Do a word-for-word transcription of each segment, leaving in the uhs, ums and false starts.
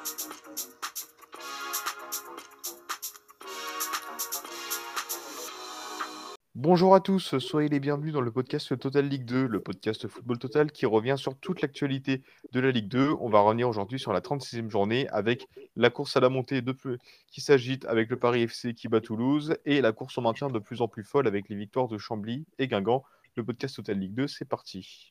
Bonjour à tous, soyez les bienvenus dans le podcast Total Ligue deux, le podcast Football Total qui revient sur toute l'actualité de la Ligue deux. On va revenir aujourd'hui sur la trente-sixième journée avec la course à la montée de plus... qui s'agite avec le Paris F C qui bat Toulouse et la course au maintien de plus en plus folle avec les victoires de Chambly et Guingamp. Le podcast Total Ligue deux, c'est parti.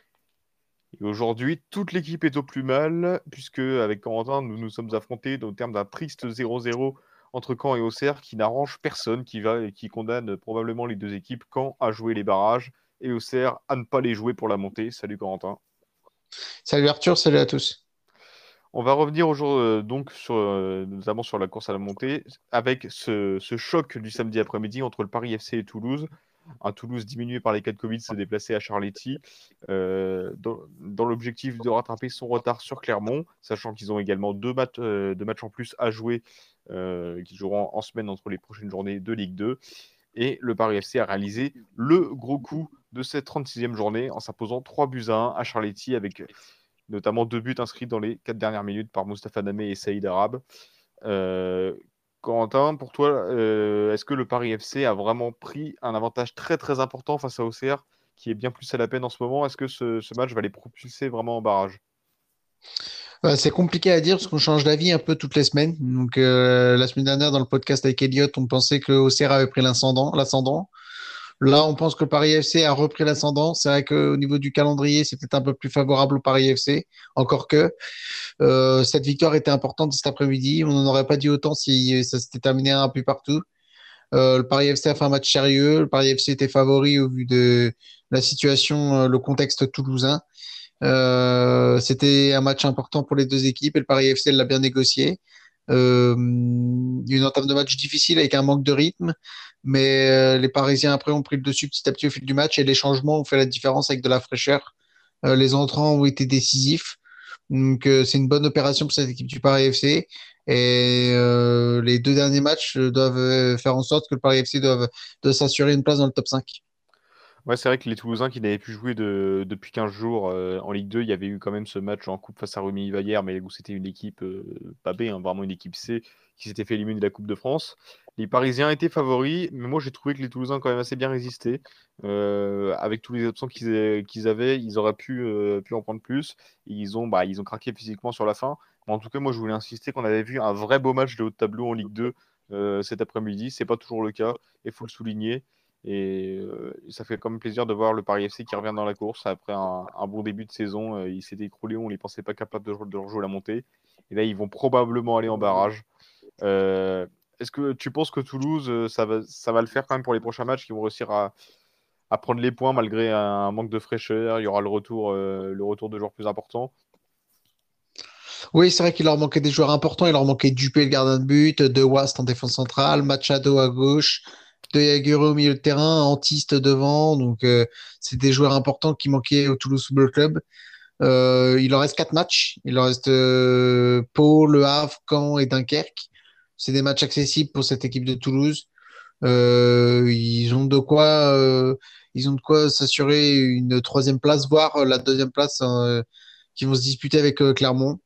Et aujourd'hui, toute l'équipe est au plus mal, puisque avec Corentin, nous nous sommes affrontés au terme d'un triste zéro zéro entre Caen et Auxerre qui n'arrange personne, qui, va, et qui condamne probablement les deux équipes, Caen à jouer les barrages et Auxerre à ne pas les jouer pour la montée. Salut Corentin. Salut Arthur, salut à tous. On va revenir aujourd'hui euh, donc sur, euh, notamment sur la course à la montée avec ce, ce choc du samedi après-midi entre le Paris F C et Toulouse. Un Toulouse diminué par les cas de Covid s'est déplacé à Charletti euh, dans, dans l'objectif de rattraper son retard sur Clermont, sachant qu'ils ont également deux, mat- euh, deux matchs en plus à jouer euh, qui joueront en semaine entre les prochaines journées de Ligue deux. Et le Paris F C a réalisé le gros coup de cette trente-sixième journée en s'imposant trois buts à un à Charletti avec notamment deux buts inscrits dans les quatre dernières minutes par Moustapha Namé et Saïd Arab. Euh, Corentin, pour toi, euh, est-ce que le Paris F C a vraiment pris un avantage très très important face à Auxerre, qui est bien plus à la peine en ce moment? Est-ce que ce, ce match va les propulser vraiment en barrage? Euh, c'est compliqué à dire parce qu'on change d'avis un peu toutes les semaines. Donc euh, la semaine dernière dans le podcast avec Elliott, on pensait que Auxerre avait pris l'ascendant, l'ascendant. Là, on pense que le Paris F C a repris l'ascendant. C'est vrai qu'au niveau du calendrier, c'est peut-être un peu plus favorable au Paris F C. Encore que euh, cette victoire était importante cet après-midi. On n'en aurait pas dit autant si ça s'était terminé un peu partout. Euh, le Paris F C a fait un match sérieux. Le Paris F C était favori au vu de la situation, euh, le contexte toulousain. Euh, c'était un match important pour les deux équipes et le Paris F C l'a bien négocié. Euh, une entame de match difficile avec un manque de rythme, mais euh, les Parisiens après ont pris le dessus petit à petit au fil du match et les changements ont fait la différence avec de la fraîcheur. Euh, les entrants ont été décisifs. Donc euh, c'est une bonne opération pour cette équipe du Paris F C. Et euh, les deux derniers matchs doivent euh, faire en sorte que le Paris F C doive, doit s'assurer une place dans le top cinq. Ouais, c'est vrai que les Toulousains qui n'avaient plus joué de- depuis quinze jours euh, en Ligue deux, il y avait eu quand même ce match en coupe face à Rumi-Ivaillère, mais où c'était une équipe euh, pas B, hein, vraiment une équipe C, qui s'était fait éliminer de la Coupe de France. Les Parisiens étaient favoris, mais moi j'ai trouvé que les Toulousains ont quand même assez bien résisté. Euh, avec tous les absents qu'ils a- qu'ils avaient, ils auraient pu, euh, pu en prendre plus. Ils ont, bah, ils ont craqué physiquement sur la fin. Mais en tout cas, moi je voulais insister qu'on avait vu un vrai beau match de haut de tableau en Ligue deux euh, cet après-midi. C'est pas toujours le cas, et il faut le souligner. Et euh, ça fait quand même plaisir de voir le Paris F C qui revient dans la course après un, un bon début de saison. Euh, il s'était écroulé, on ne les pensait pas capables de, de rejouer la montée. Et là, ils vont probablement aller en barrage. Euh, Est-ce que tu penses que Toulouse, euh, ça va, ça va le faire quand même pour les prochains matchs, qu'ils vont réussir à, à prendre les points malgré un manque de fraîcheur? Il y aura le retour, euh, le retour de joueurs plus importants. Oui, c'est vrai qu'il leur manquait des joueurs importants. Il leur manquait Dupé, le gardien de but, De Wast en défense centrale, Machado à gauche, De Jaguero au milieu de terrain, Antiste devant. Donc, euh, c'est des joueurs importants qui manquaient au Toulouse Football Club. Euh, il leur reste quatre matchs. Il leur reste euh, Pau, Le Havre, Caen et Dunkerque. C'est des matchs accessibles pour cette équipe de Toulouse. Euh, ils ont de quoi, euh, ils ont de quoi s'assurer une troisième place, voire la deuxième place euh, qui vont se disputer avec euh, Clermont.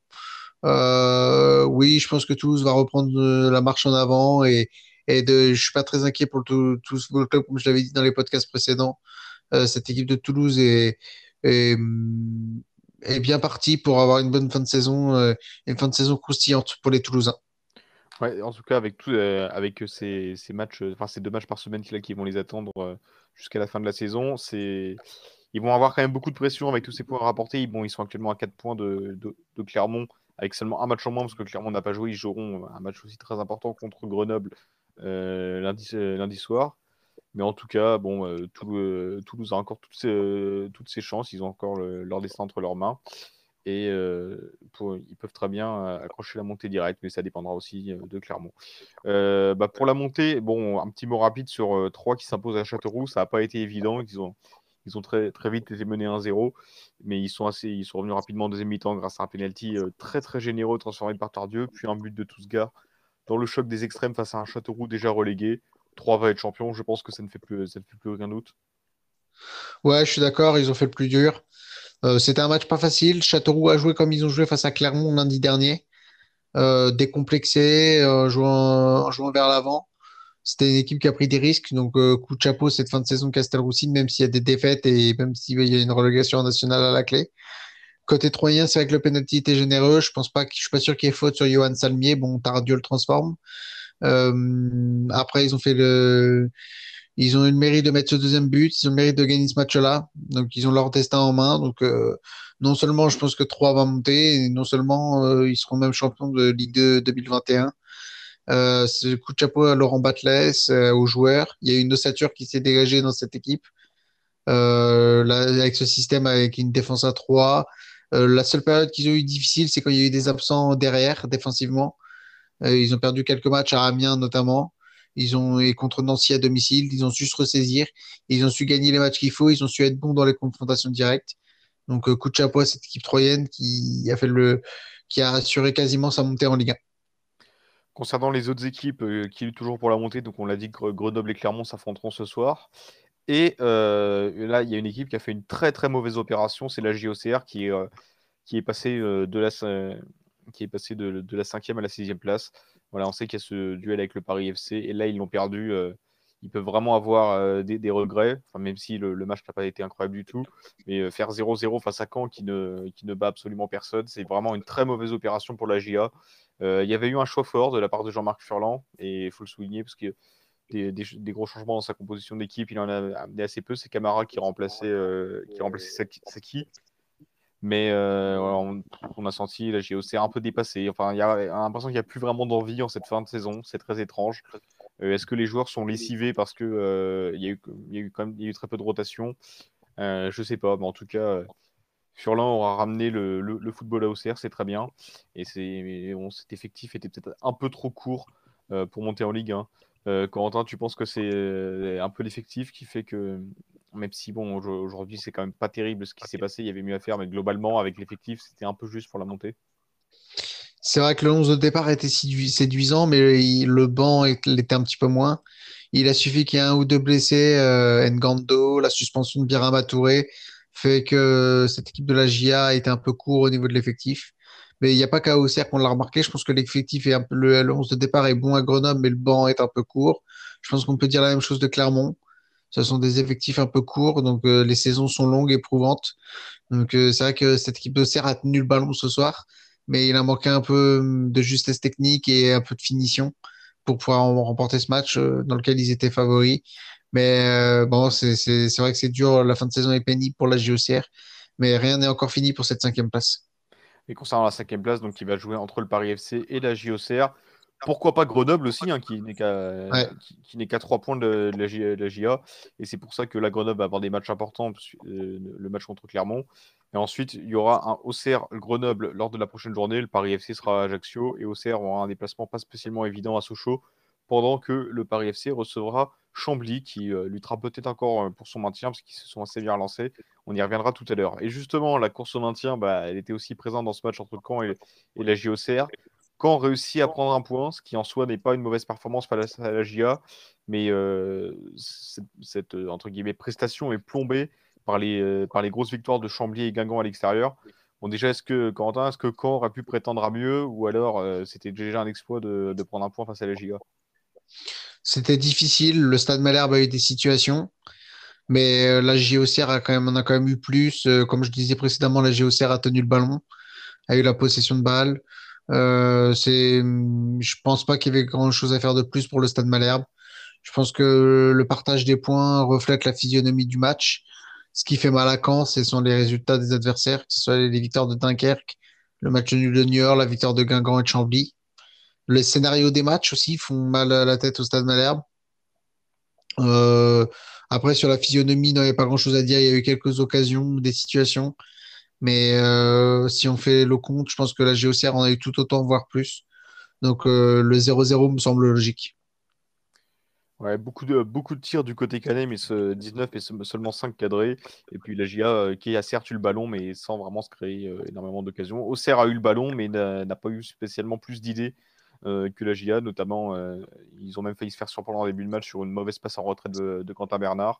Euh, oui, je pense que Toulouse va reprendre euh, la marche en avant et, et de, je suis pas très inquiet pour le Tou- Toulouse Football Club, comme je l'avais dit dans les podcasts précédents. Euh, cette équipe de Toulouse est, est, hum, est bien partie pour avoir une bonne fin de saison, euh, une fin de saison croustillante pour les Toulousains. Ouais, en tout cas, avec tout, euh, avec ces, ces matchs, euh, enfin ces deux matchs par semaine qui, là, qui vont les attendre euh, jusqu'à la fin de la saison, c'est, ils vont avoir quand même beaucoup de pression avec tous ces points à rapporter. Ils, bon, ils sont actuellement à quatre points de, de, de Clermont, avec seulement un match en moins, parce que Clermont n'a pas joué. Ils joueront un match aussi très important contre Grenoble euh, lundi, euh, lundi soir. Mais en tout cas, bon, euh, Toulou- euh, Toulouse a encore toutes ses, euh, toutes ses chances. Ils ont encore le- leur destin entre leurs mains. Et euh, pour- ils peuvent très bien euh, accrocher la montée directe, mais ça dépendra aussi euh, de Clermont. Euh, bah, pour la montée, bon, un petit mot rapide sur euh, trois qui s'imposent à Châteauroux. Ça n'a pas été évident. Ils ont, ils ont très, très vite été menés un zéro, mais ils sont, assez, ils sont revenus rapidement en deuxième mi-temps grâce à un penalty euh, très très généreux transformé par Tardieu, puis un but de Tousgar dans le choc des extrêmes face à un Châteauroux déjà relégué. Trois va être champion. Je pense que ça ne fait plus, ça ne fait plus aucun doute. Ouais, je suis d'accord, ils ont fait le plus dur. Euh, c'était un match pas facile. Châteauroux a joué comme ils ont joué face à Clermont lundi dernier. euh, décomplexé, euh, jouant, en jouant vers l'avant. C'était une équipe qui a pris des risques, donc euh, coup de chapeau cette fin de saison Castelroussine, même s'il y a des défaites et même s'il y a une relégation nationale à la clé. Côté troyen, c'est vrai que le penalty était généreux. Je pense pas, que- je suis pas sûr qu'il y ait faute sur Johan Salmier. Bon, Tardieu le transforme. Euh, après, ils ont fait le, ils ont eu le mérite de mettre ce deuxième but. Ils ont le mérite de gagner ce match-là. Donc, ils ont leur destin en main. Donc, euh, non seulement je pense que Troyes va monter, et non seulement euh, ils seront même champions de Ligue deux deux mille vingt et un. Euh, c'est le coup de chapeau à Laurent Batles, euh, aux joueurs. Il y a une ossature qui s'est dégagée dans cette équipe. Euh, là, avec ce système, avec une défense à trois. Euh, la seule période qu'ils ont eu difficile, c'est quand il y a eu des absents derrière, défensivement. Euh, ils ont perdu quelques matchs à Amiens, notamment. Ils ont, et contre Nancy à domicile, ils ont su se ressaisir. Ils ont su gagner les matchs qu'il faut. Ils ont su être bons dans les confrontations directes. Donc, euh, coup de chapeau à cette équipe troyenne qui a fait le, qui a assuré quasiment sa montée en Ligue un. Concernant les autres équipes euh, qui luttent toujours pour la montée, donc on l'a dit que Grenoble et Clermont s'affronteront ce soir. Et euh, là, il y a une équipe qui a fait une très très mauvaise opération, c'est la J O C R qui est, euh, qui est passée euh, de la, cin- qui est passée de, de la cinquième à la sixième place. Voilà, on sait qu'il y a ce duel avec le Paris F C, et là ils l'ont perdu. Euh, ils peuvent vraiment avoir euh, des, des regrets, enfin, même si le, le match n'a pas été incroyable du tout. Mais euh, faire zéro zéro face à Caen qui ne, qui ne bat absolument personne, c'est vraiment une très mauvaise opération pour la J A. Euh, Il y avait eu un choix fort de la part de Jean-Marc Furlan, et il faut le souligner parce que des, des- des gros changements dans sa composition d'équipe. Il en a amené assez peu. C'est Camara qui remplaçait, euh, qui remplaçait Saki. Saki. Mais euh, voilà, on, on a senti la J O C un peu dépassé. Enfin, il y a, on a l'impression qu'il n'y a plus vraiment d'envie en cette fin de saison. C'est très étrange. Euh, Est-ce que les joueurs sont lessivés parce que euh, il y a eu, il y a eu quand même, il y a eu très peu de rotation? Euh, je sais pas, mais en tout cas, euh, Furlan aura ramené le, le- le football à Auxerre, c'est très bien. Et c'est, mais bon, cet effectif était peut-être un peu trop court euh, pour monter en Ligue un. Euh, Corentin, tu penses que c'est euh, un peu l'effectif qui fait que, même si bon, au- aujourd'hui c'est quand même pas terrible ce qui s'est passé, il y avait mieux à faire, mais globalement, avec l'effectif, c'était un peu juste pour la montée. C'est vrai que le onze de départ était sédu- séduisant, mais il- le banc est- l'était un petit peu moins. Il a suffi qu'il y ait un ou deux blessés, euh, Ngando, la suspension de Birama Touré, fait que cette équipe de la J A était un peu court au niveau de l'effectif. Mais il n'y a pas qu'à Auxerre qu'on l'a remarqué. Je pense que l'effectif est un peu, le, le onze de départ est bon à Grenoble, mais le banc est un peu court. Je pense qu'on peut dire la même chose de Clermont. Ce sont des effectifs un peu courts, donc euh, les saisons sont longues, éprouvantes. Donc euh, c'est vrai que cette équipe d'Auxerre a tenu le ballon ce soir, mais il a manqué un peu hum, de justesse technique et un peu de finition pour pouvoir en- remporter ce match euh, dans lequel ils étaient favoris. Mais euh, bon, c'est c'est- c'est vrai que c'est dur, la fin de saison est pénible pour la J O C R, mais rien n'est encore fini pour cette cinquième place. Et concernant la cinquième place, donc qui va jouer entre le Paris F C et la J O C R, pourquoi pas Grenoble aussi, hein, qui n'est qu'à Ouais. qui, qui n'est qu'à trois points de, de la, J- de la J A. Et c'est pour ça que la Grenoble va avoir des matchs importants, parce que, euh, le match contre Clermont. Et ensuite, il y aura un Auxerre-Grenoble lors de la prochaine journée. Le Paris F C sera à Ajaccio et Auxerre aura un déplacement pas spécialement évident à Sochaux, pendant que le Paris F C recevra Chambly, qui euh, luttera peut-être encore euh, pour son maintien, parce qu'ils se sont assez bien relancés. On y reviendra tout à l'heure. Et justement, la course au maintien, bah, elle était aussi présente dans ce match entre Caen et, et la J O C R. Caen réussit à prendre un point, ce qui en soi n'est pas une mauvaise performance face à la J A, mais euh, cette, cette, euh, entre guillemets, prestation est plombée par les, euh, par les grosses victoires de Chambly et Guingamp à l'extérieur. Bon, déjà, est-ce que, Corentin, est-ce que Caen aurait pu prétendre à mieux, ou alors euh, c'était déjà un exploit de, de prendre un point face à la J A? C'était difficile, le Stade Malherbe a eu des situations, mais euh, la J O C R a quand même, on a quand même eu plus. Euh, comme je disais précédemment, la J O C R a tenu le ballon, a eu la possession de balle. Euh, c'est, je pense pas qu'il y avait grand-chose à faire de plus pour le Stade Malherbe. Je pense que le partage des points reflète la physionomie du match. Ce qui fait mal à Caen, ce sont les résultats des adversaires, que ce soit les victoires de Dunkerque, le match nul de Niort, la victoire de Guingamp et de Chambly. Les scénarios des matchs aussi font mal à la tête au Stade Malherbe. Euh, Après, sur la physionomie, non, il n'y a pas grand-chose à dire. Il y a eu quelques occasions, des situations. Mais euh, si on fait le compte, je pense que la G O C R en a eu tout autant, voire plus. Donc euh, le zéro zéro me semble logique. Ouais, beaucoup de, beaucoup de tirs du côté canet, mais ce dix-neuf et ce- seulement cinq cadrés. Et puis la J A euh, qui a certes eu le ballon, mais sans vraiment se créer euh, énormément d'occasions. Auxerre a eu le ballon, mais n'a n'a pas eu spécialement plus d'idées euh, que la J A. Notamment, euh, ils ont même failli se faire surprendre en début de match sur une mauvaise passe en retrait de, de Quentin Bernard.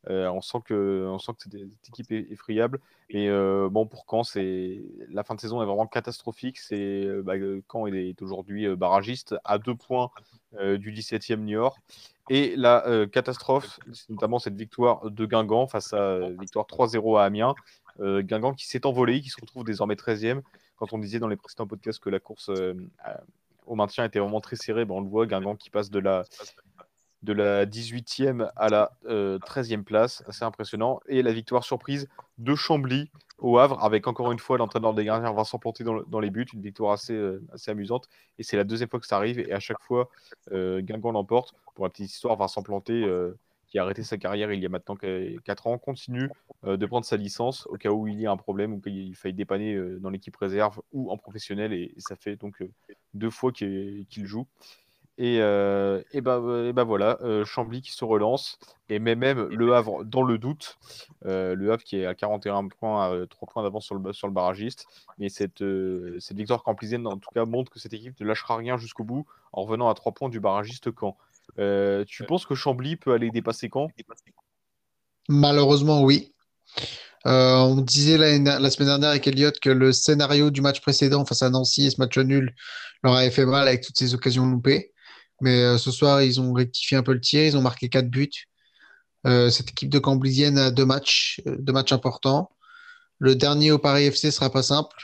Euh, on sent que, on sent que cette, cette équipe est, est friable. Mais euh, bon, pour Caen, c'est la fin de saison est vraiment catastrophique. C'est euh, bah, euh, Caen est, est aujourd'hui euh, barragiste à deux points euh, du dix-septième Niort. Et la euh, catastrophe, c'est notamment cette victoire de Guingamp face à euh, victoire trois zéro à Amiens. Euh, Guingamp qui s'est envolé, qui se retrouve désormais treizième. Quand on disait dans les précédents podcasts que la course euh, au maintien était vraiment très serrée, ben on le voit, Guingamp qui passe de la de la dix-huitième à la euh, treizième place. Assez impressionnant. Et la victoire surprise de Chambly au Havre, avec encore une fois l'entraîneur des gardiens Vincent Planté dans, le- dans les buts. Une victoire assez, euh, assez amusante. Et c'est la deuxième fois que ça arrive. Et à chaque fois, euh, Guingamp l'emporte. Pour la petite histoire, Vincent Planté, euh, qui a arrêté sa carrière il y a maintenant quatre ans, continue euh, de prendre sa licence au cas où il y a un problème ou qu'il faille dépanner euh, dans l'équipe réserve ou en professionnel. Et, et ça fait donc euh, deux fois qu'il qu'il joue. Et, euh, et, bah, euh, et bah voilà, euh, Chambly qui se relance, et même, même Le Havre dans le doute. Euh, le Havre qui est à quarante et un points, à trois points d'avance sur le, sur le barragiste. Mais cette, euh, cette victoire camplisienne, en tout cas, montre que cette équipe ne lâchera rien jusqu'au bout en revenant à trois points du barragiste Caen. Euh, tu penses que Chambly peut aller dépasser Caen? Malheureusement, oui. Euh, on disait la, la semaine dernière avec Elliott que le scénario du match précédent face à Nancy et ce match nul leur avait fait mal avec toutes ces occasions loupées. Mais euh, ce soir, ils ont rectifié un peu le tir, ils ont marqué quatre buts. Euh, cette équipe de Camblisienne a deux matchs, euh, deux matchs importants. Le dernier au Paris F C sera pas simple.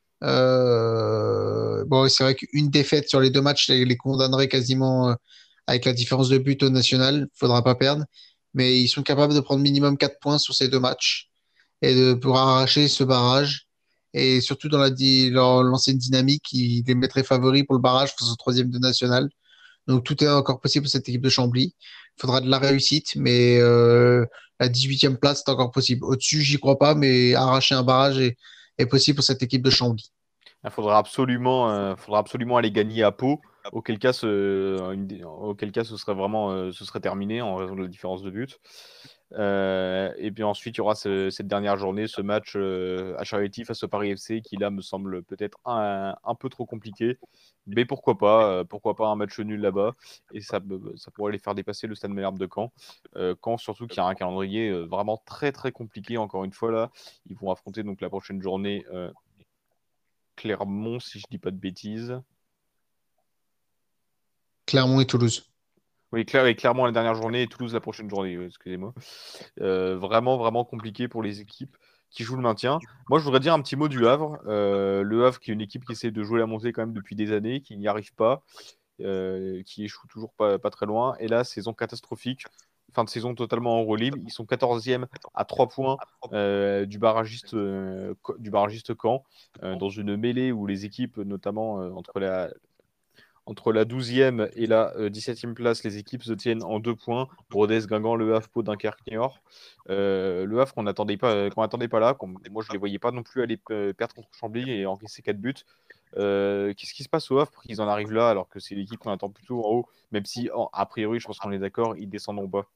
Euh, bon, c'est vrai qu'une défaite sur les deux matchs les, les condamnerait quasiment euh, avec la différence de but au national. Faudra pas perdre. Mais ils sont capables de prendre minimum quatre points sur ces deux matchs et de pouvoir arracher ce barrage. Et surtout dans la, di- dans l'ancienne dynamique, qui les mettrait favoris pour le barrage face au troisième de national. Donc tout est encore possible pour cette équipe de Chambly. Il faudra de la réussite, mais euh, la dix-huitième place, c'est encore possible. Au-dessus, j'y crois pas, mais arracher un barrage est, est possible pour cette équipe de Chambly. Il faudra absolument, euh, faudra absolument aller gagner à Pau, auquel cas ce, une- auquel cas ce serait vraiment, euh, ce serait terminé en raison de la différence de but. Euh, et puis ensuite, il y aura ce- cette dernière journée, ce match euh, à Charity face au Paris F C, qui là me semble peut-être un, un peu trop compliqué. Mais pourquoi pas, euh, pourquoi pas un match nul là-bas. Et ça, me- ça pourrait les faire dépasser le Stade Malherbe de Caen. Euh, Caen, surtout qu'il y a un calendrier euh, vraiment très très compliqué, encore une fois là. Ils vont affronter donc la prochaine journée euh, Clermont, si je dis pas de bêtises. Clermont et Toulouse. Oui, Claire et Clermont la dernière journée et Toulouse la prochaine journée, oui, excusez-moi. Euh, vraiment, vraiment compliqué pour les équipes qui jouent le maintien. Moi, je voudrais dire un petit mot du Havre. Euh, le Havre, qui est une équipe qui essaie de jouer la montée quand même depuis des années, qui n'y arrive pas, euh, qui échoue toujours pas, pas très loin. Et là, saison catastrophique. Fin de saison totalement en roue libre. Ils sont quatorzième à trois points euh, du barragiste, euh, du barragiste Caen, euh, dans une mêlée où les équipes, notamment euh, entre la, entre la douzième et la euh, dix-septième place, les équipes se tiennent en deux points. Rodez, Guingamp, Le Havre, Pau, Dunkerque, Niort. Euh, le Havre qu'on n'attendait pas, euh, qu'on attendait pas là. qu'on- Moi, je ne les voyais pas non plus aller euh, perdre contre Chambly et encaisser quatre buts. Euh, Qu'est-ce qui se passe au Havre pour qu'ils en arrivent là alors que c'est l'équipe qu'on attend plutôt en haut, même si, en- a priori, je pense qu'on est d'accord, ils descendront pas.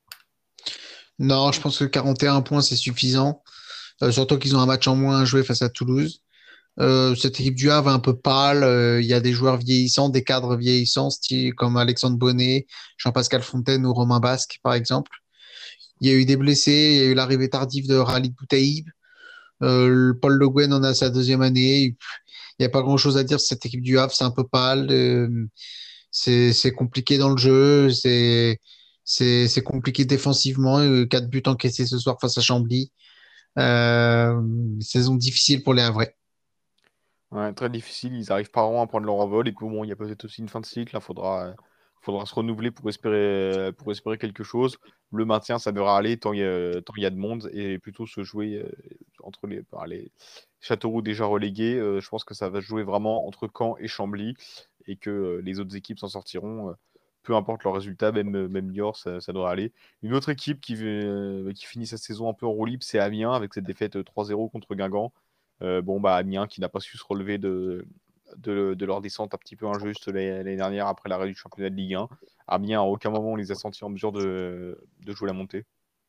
Non, je pense que quarante et un points, c'est suffisant. Euh, surtout qu'ils ont un match en moins à jouer face à Toulouse. Euh, cette équipe du Havre est un peu pâle. Euh, Il y a des joueurs vieillissants, des cadres vieillissants, style comme Alexandre Bonnet, Jean-Pascal Fontaine ou Romain Basque, par exemple. Il y a eu des blessés, il y a eu l'arrivée tardive de Khalid Boutaïb. Euh, Paul Le Guen en a sa deuxième année. Il n'y a pas grand-chose à dire sur cette équipe du Havre, c'est un peu pâle. Euh, c'est c'est compliqué dans le jeu, c'est c'est c'est compliqué défensivement. Euh, Quatre buts encaissés ce soir face à Chambly. Euh, Saison difficile pour les Havrais. Ouais, très difficile, ils n'arrivent pas vraiment à prendre leur envol. Et puis bon, il y a peut-être aussi une fin de cycle. Il faudra, euh, faudra se renouveler pour espérer, euh, pour espérer quelque chose. Le maintien, ça devra aller tant il y a, tant il y a de monde et plutôt se jouer euh, entre les, par les Châteauroux déjà relégués. Euh, je pense que ça va se jouer vraiment entre Caen et Chambly et que euh, les autres équipes s'en sortiront. Euh, peu importe leur résultat, même, même Niort, ça, ça devrait aller. Une autre équipe qui, euh, qui finit sa saison un peu en roue libre, c'est Amiens avec cette défaite euh, trois zéro contre Guingamp. Euh, bon, bah, Amiens qui n'a pas su se relever de, de, de leur descente un petit peu injuste l'année dernière après l'arrêt du championnat de Ligue un. Amiens, à aucun moment on les a sentis en mesure de, de jouer la montée.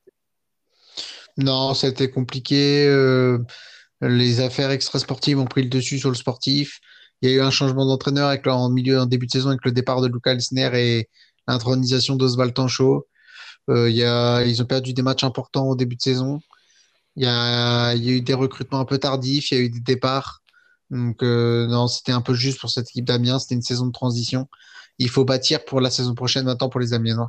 Non, c'était compliqué. Euh, les affaires extrasportives ont pris le dessus sur le sportif. Il y a eu un changement d'entraîneur avec le- en milieu, en début de saison avec le départ de Luca Elsner et l'intronisation d'Oswald Tanchot. Euh, il y a, ils ont perdu des matchs importants au début de saison. Il y a, il y a eu des recrutements un peu tardifs, il y a eu des départs. Donc, euh, non, c'était un peu juste pour cette équipe d'Amiens. C'était une saison de transition. Il faut bâtir pour la saison prochaine maintenant pour les Amiénois.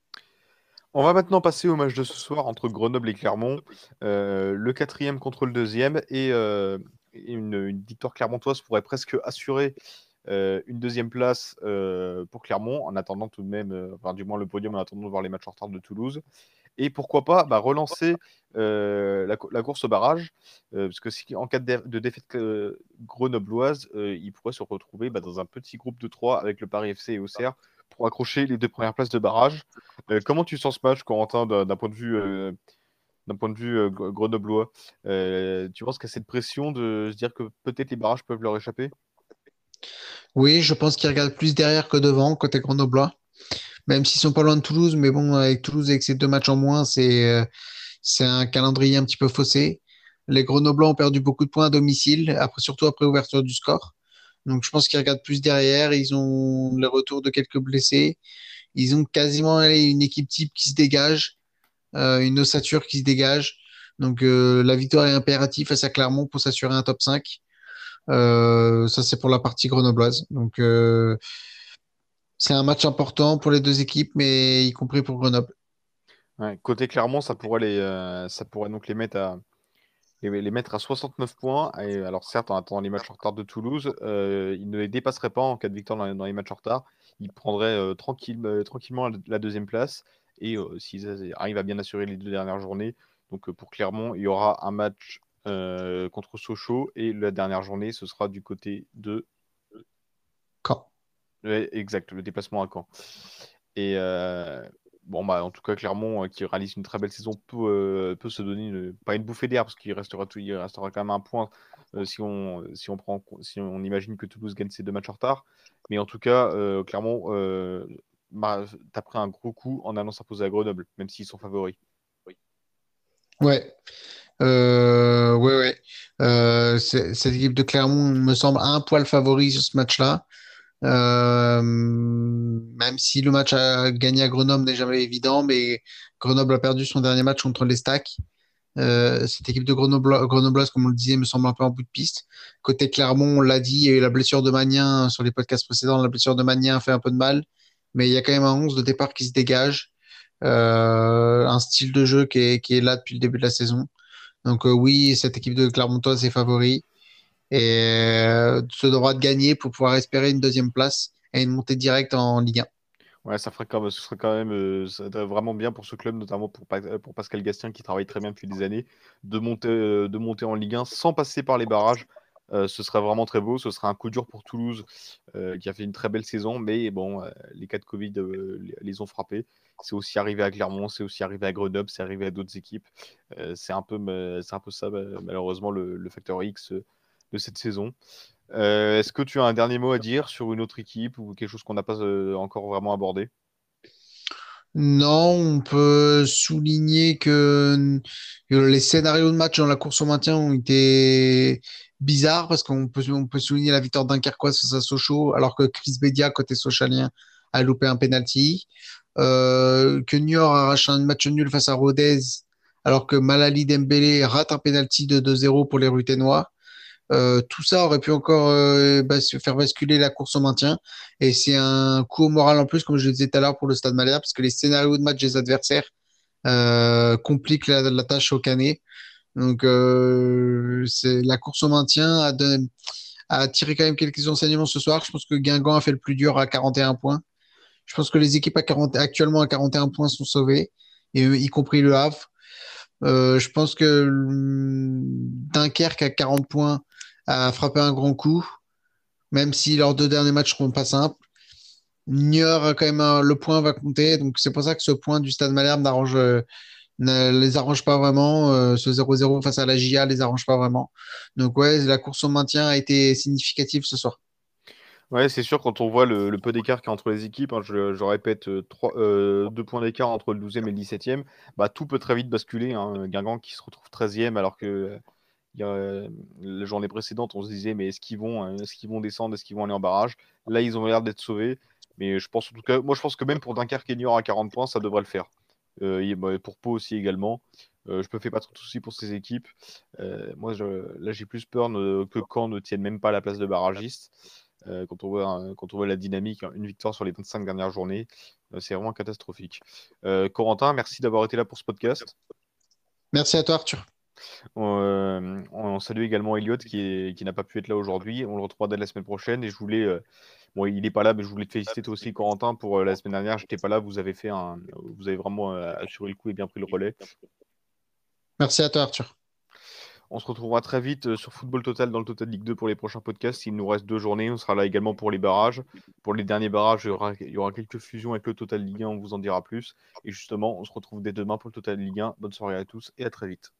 On va maintenant passer au match de ce soir entre Grenoble et Clermont. Euh, le quatrième contre le deuxième et euh, une, une victoire clermontoise pourrait presque assurer euh, une deuxième place euh, pour Clermont en attendant tout de même, euh, enfin du moins le podium en attendant de voir les matchs en retard de Toulouse. Et pourquoi pas bah, relancer euh, la, la course au barrage, euh, parce que si, en cas de, dé- de défaite euh, grenobloise, euh, ils pourraient se retrouver bah, dans un petit groupe de trois avec le Paris F C et Auxerre pour accrocher les deux premières places de barrage. Euh, comment tu sens ce match, Corentin, d'un d'un point de vue, euh, d'un point de vue euh, gre- grenoblois? Euh, tu penses qu'il y a cette pression de se dire que peut-être les barrages peuvent leur échapper? Oui, je pense qu'ils regardent plus derrière que devant, côté Grenoblois. Même s'ils sont pas loin de Toulouse, mais bon, avec Toulouse, avec ces deux matchs en moins, c'est euh, c'est un calendrier un petit peu faussé. Les Grenoblois ont perdu beaucoup de points à domicile, après, surtout après ouverture du score. Donc je pense qu'ils regardent plus derrière. Ils ont le retour de quelques blessés. Ils ont quasiment allez, une équipe type qui se dégage, euh, une ossature qui se dégage. Donc euh, la victoire est impérative face à Clermont pour s'assurer un top cinq. Euh, ça, c'est pour la partie grenobloise. Donc euh, c'est un match important pour les deux équipes, mais y compris pour Grenoble. Ouais, côté Clermont, ça pourrait les, euh, ça pourrait donc les mettre à, les, les mettre à soixante-neuf points. Et alors certes, en attendant les matchs en retard de Toulouse, euh, ils ne les dépasseraient pas en cas de victoire dans, les dans les matchs en retard. Ils prendraient euh, tranquille, euh, tranquillement la, la deuxième place. Et euh, s'ils a- arrivent à bien assurer les deux dernières journées, donc euh, pour Clermont, il y aura un match euh, contre Sochaux. Et la dernière journée, ce sera du côté de... Quand? Ouais, exact, le déplacement à Caen. Et euh, bon, bah, en tout cas, Clermont, euh, qui réalise une très belle saison, peut, euh, peut se donner une- pas une bouffée d'air, parce qu'il restera, tout- il restera quand même un point euh, si on, si on prend, en compte- si on imagine que Toulouse gagne ses deux matchs en retard. Mais en tout cas, euh, Clermont, euh, bah, t'as pris un gros coup en allant s'imposer à Grenoble, même s'ils sont favoris. Ouais, euh, ouais, ouais. Euh, c'est- cette équipe de Clermont me semble un poil favori sur ce match-là. Euh, même si le match à gagner à Grenoble n'est jamais évident, mais Grenoble a perdu son dernier match contre les Stacks. Euh, cette équipe de Grenoble, Grenobloise, comme on le disait, me semble un peu en bout de piste. Côté Clermont, on l'a dit, il y a eu la blessure de Magnin sur les podcasts précédents. La blessure de Magnin fait un peu de mal, mais il y a quand même un onze de départ qui se dégage. Euh, un style de jeu qui est, qui est là depuis le début de la saison. Donc euh, oui, cette équipe de Clermontoise est favori et euh, se devra de gagner pour pouvoir espérer une deuxième place et une montée directe en Ligue un. Ouais, ça ferait quand même, ce serait quand même euh, ça serait vraiment bien pour ce club, notamment pour, Pa- pour Pascal Gastien qui travaille très bien depuis des années, de monter, euh, de monter en Ligue un sans passer par les barrages. Euh, ce serait vraiment très beau. Ce serait un coup dur pour Toulouse euh, qui a fait une très belle saison, mais bon, euh, les cas de Covid euh, les, les ont frappés. C'est aussi arrivé à Clermont, c'est aussi arrivé à Grenoble, c'est arrivé à d'autres équipes. Euh, c'est un peu, euh, c'est un peu ça, euh, malheureusement, le, le facteur X euh, de cette saison. Euh, est-ce que tu as un dernier mot à dire sur une autre équipe ou quelque chose qu'on n'a pas euh, encore vraiment abordé? Non, on peut souligner que, que les scénarios de match dans la course au maintien ont été bizarres parce qu'on peut, on peut souligner la victoire dunkerquoise face à Sochaux alors que Chris Bedia, côté sochalien, a loupé un penalty. Euh, que Niort arrache un match nul face à Rodez alors que Malali Dembélé rate un penalty de deux zéro pour les Ruténois. Euh, tout ça aurait pu encore euh, bas- faire basculer la course au maintien. Et c'est un coup au moral en plus, comme je le disais tout à l'heure pour le Stade Malherbe, parce que les scénarios de match des adversaires euh, compliquent la, la tâche au Canet. Donc euh, c'est la course au maintien a, donné- a tiré quand même quelques enseignements ce soir. Je pense que Guingamp a fait le plus dur à quarante et un points. Je pense que les équipes à quarante, actuellement à quarante et un points sont sauvées, et, euh, y compris le Havre. Euh, je pense que hum, Dunkerque à quarante points a frappé un grand coup, même si leurs deux derniers matchs seront pas simples. Niort a quand même un- le point va compter, donc c'est pour ça que ce point du Stade Malherbe n'arrange, euh, ne les arrange pas vraiment. Euh, ce zéro zéro face à la J A les arrange pas vraiment. Donc ouais, la course au maintien a été significative ce soir. Ouais, c'est sûr, quand on voit le, le peu d'écart qu'il y a entre les équipes, hein, je, je répète, euh, trois, euh, deux points d'écart entre le douzième et le dix-septième, bah, tout peut très vite basculer, hein. Guingamp qui se retrouve treizième alors que euh, il y a, euh, la journée précédente, on se disait, mais est-ce qu'ils vont, euh, est-ce qu'ils vont descendre, est-ce qu'ils vont aller en barrage? Là, ils ont l'air d'être sauvés, mais je pense en tout cas, moi je pense que même pour Dunkerque et Niort à quarante points, ça devrait le faire. Euh, et, bah, pour Pau aussi également. Euh, je me fais pas trop de soucis pour ces équipes. Euh, moi, je, là, j'ai plus peur ne- que Caen ne tienne même pas la place de barragiste. Euh, quand on voit, un- quand on voit la dynamique, hein, une victoire sur les vingt-cinq dernières journées, euh, c'est vraiment catastrophique. Euh, Corentin, merci d'avoir été là pour ce podcast. Merci à toi, Arthur. Euh, on salue également Elliot qui est, qui n'a pas pu être là aujourd'hui. On le retrouvera dès la semaine prochaine. Et je voulais, euh, bon, il n'est pas là, mais je voulais te féliciter toi aussi, Corentin, pour euh, la semaine dernière. J'étais pas là. Vous avez fait un, vous avez vraiment euh, assuré le coup et bien pris le relais. Merci à toi, Arthur. On se retrouvera très vite euh, sur Football Total dans le Total League deux pour les prochains podcasts. Il nous reste deux journées. On sera là également pour les barrages. Pour les derniers barrages, il y aura, il y aura quelques fusions avec le Total Ligue un. On vous en dira plus. Et justement, on se retrouve dès demain pour le Total Ligue un. Bonne soirée à tous et à très vite.